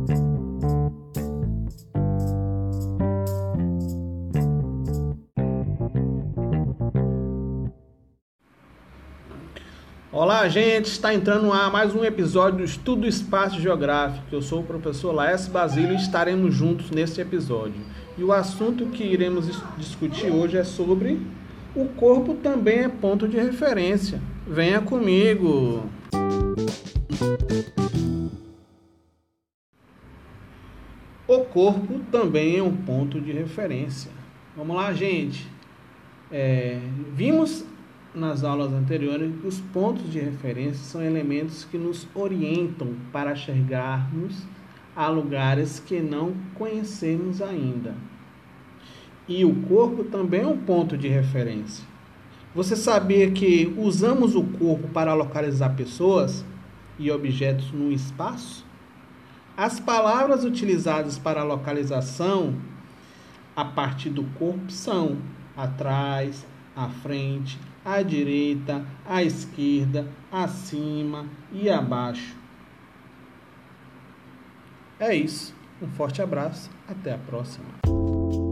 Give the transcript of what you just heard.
Olá, gente! Está entrando no ar mais um episódio do Estudo Espaço Geográfico. Eu sou o professor Laércio Basílio e estaremos juntos neste episódio. E o assunto que iremos discutir hoje é sobre o corpo também é ponto de referência. Venha comigo! O corpo também é um ponto de referência. Vamos lá, gente! Vimos nas aulas anteriores que os pontos de referência são elementos que nos orientam para chegarmos a lugares que não conhecemos ainda. E o corpo também é um ponto de referência. Você sabia que usamos o corpo para localizar pessoas e objetos no espaço? As palavras utilizadas para a localização a partir do corpo são atrás, à frente, à direita, à esquerda, acima e abaixo. É isso. Um forte abraço. Até a próxima.